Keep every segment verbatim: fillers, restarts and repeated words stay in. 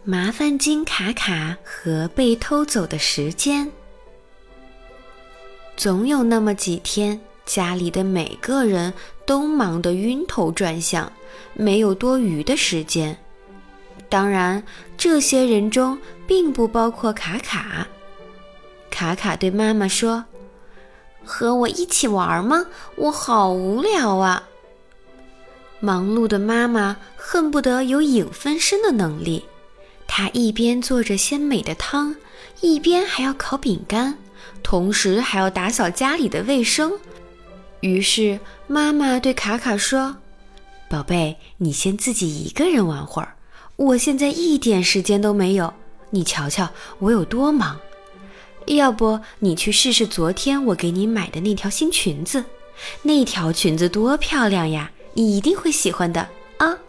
麻烦精卡卡和被偷走的时间。总有那么几天，家里的每个人都忙得晕头转向，没有多余的时间。当然，这些人中并不包括卡卡。卡卡对妈妈说：“和我一起玩吗？我好无聊啊。”忙碌的妈妈恨不得有影分身的能力，她一边做着鲜美的汤，一边还要烤饼干，同时还要打扫家里的卫生。于是妈妈对卡卡说：“宝贝，你先自己一个人玩会儿，我现在一点时间都没有，你瞧瞧我有多忙。要不你去试试昨天我给你买的那条新裙子，那条裙子多漂亮呀，你一定会喜欢的啊。”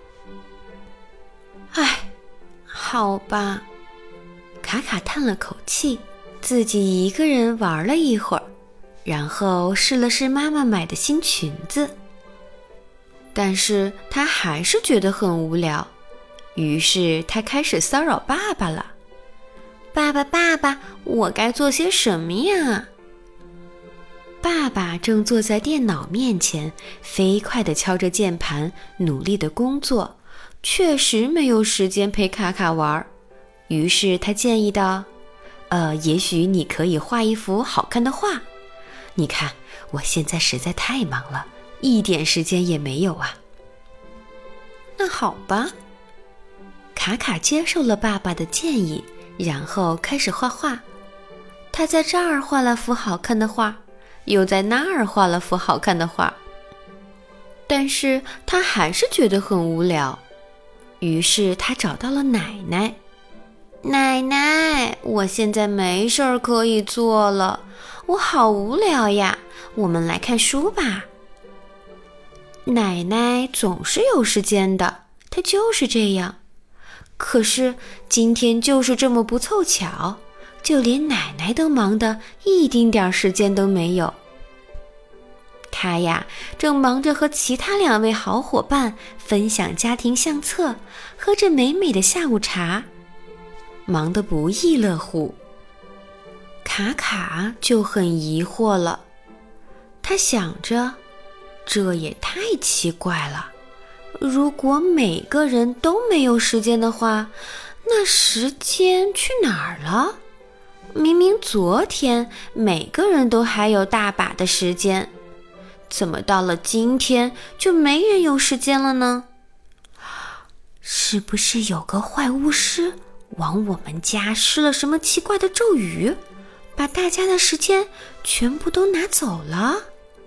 唉，好吧，卡卡叹了口气，自己一个人玩了一会儿，然后试了试妈妈买的新裙子。但是他还是觉得很无聊，于是他开始骚扰爸爸了。爸爸爸爸，我该做些什么呀？爸爸正坐在电脑面前，飞快地敲着键盘，努力地工作，确实没有时间陪卡卡玩。于是他建议道：呃，也许你可以画一幅好看的画。你看，我现在实在太忙了，一点时间也没有啊。那好吧，卡卡接受了爸爸的建议，然后开始画画。他在这儿画了幅好看的画，又在那儿画了幅好看的画。但是他还是觉得很无聊，于是他找到了奶奶。奶奶，我现在没事儿可以做了，我好无聊呀，我们来看书吧。奶奶总是有时间的，她就是这样。可是今天就是这么不凑巧，就连奶奶都忙得一丁点时间都没有。她呀，正忙着和其他两位好伙伴分享家庭相册，喝着美美的下午茶，忙得不亦乐乎。卡卡就很疑惑了，他想着，这也太奇怪了，如果每个人都没有时间的话，那时间去哪儿了？明明昨天每个人都还有大把的时间，怎么到了今天就没人有时间了呢？是不是有个坏巫师往我们家施了什么奇怪的咒语，把大家的时间全部都拿走了？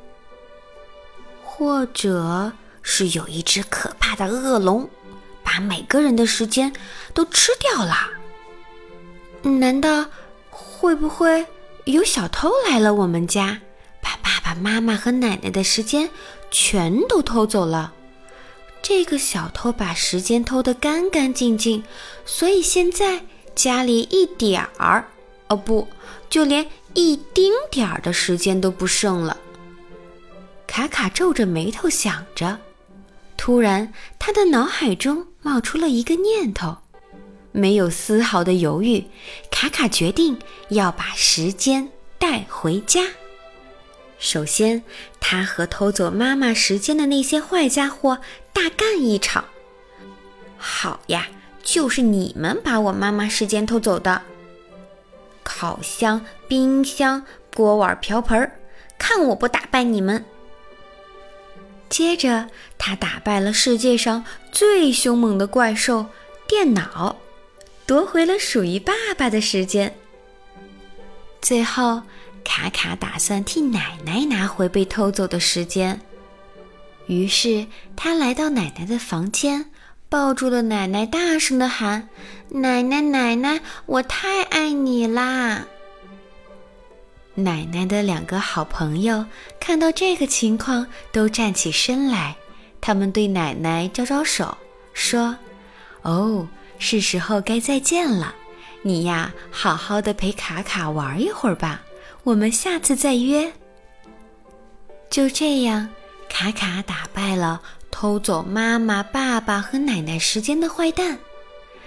或者是有一只可怕的恶龙把每个人的时间都吃掉了？难道会不会有小偷来了我们家，把爸爸妈妈和奶奶的时间全都偷走了？这个小偷把时间偷得干干净净，所以现在家里一点儿，哦不，就连一丁点儿的时间都不剩了。卡卡皱着眉头想着，突然他的脑海中冒出了一个念头，没有丝毫的犹豫，卡卡决定要把时间带回家。首先，他和偷走妈妈时间的那些坏家伙大干一场。好呀，就是你们把我妈妈时间偷走的。烤箱、冰箱、锅碗瓢盆，看我不打败你们！接着，他打败了世界上最凶猛的怪兽——电脑，夺回了属于爸爸的时间。最后，卡卡打算替奶奶拿回被偷走的时间。于是，他来到奶奶的房间，抱住了奶奶，大声地喊：“奶奶，奶奶，我太爱你啦！”奶奶的两个好朋友看到这个情况，都站起身来，他们对奶奶招招手，说：“哦，是时候该再见了，你呀，好好的陪卡卡玩一会儿吧，我们下次再约。”就这样，卡卡打败了偷走妈妈、爸爸和奶奶时间的坏蛋。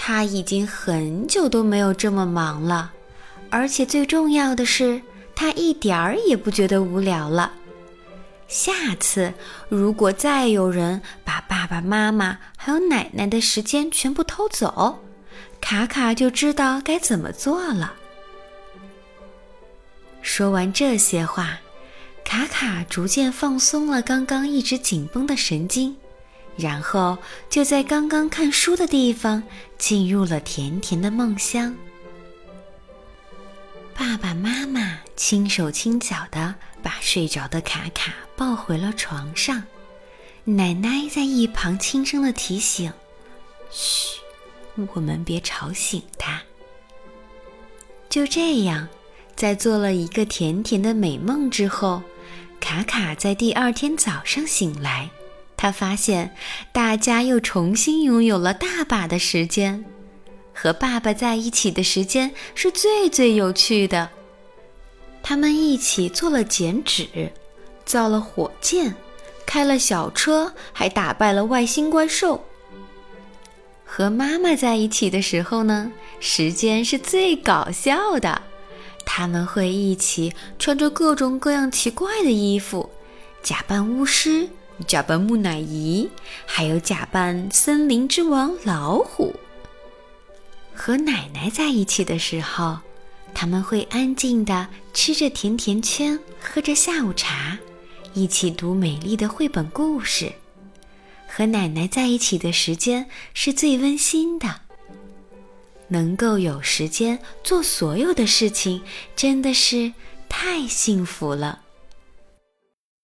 他已经很久都没有这么忙了，而且最重要的是，他一点儿也不觉得无聊了。下次如果再有人把爸爸妈妈还有奶奶的时间全部偷走，卡卡就知道该怎么做了。说完这些话，卡卡逐渐放松了刚刚一直紧绷的神经，然后就在刚刚看书的地方进入了甜甜的梦乡。爸爸妈妈轻手轻脚地把睡着的卡卡抱回了床上，奶奶在一旁轻声地提醒：嘘，我们别吵醒他。就这样，在做了一个甜甜的美梦之后，卡卡在第二天早上醒来，他发现大家又重新拥有了大把的时间。和爸爸在一起的时间是最最有趣的。他们一起做了剪纸，造了火箭，开了小车，还打败了外星怪兽。和妈妈在一起的时候呢，时间是最搞笑的。他们会一起穿着各种各样奇怪的衣服，假扮巫师，假扮木乃伊，还有假扮森林之王老虎。和奶奶在一起的时候，他们会安静地吃着甜甜圈，喝着下午茶，一起读美丽的绘本故事。和奶奶在一起的时间是最温馨的。能够有时间做所有的事情，真的是太幸福了。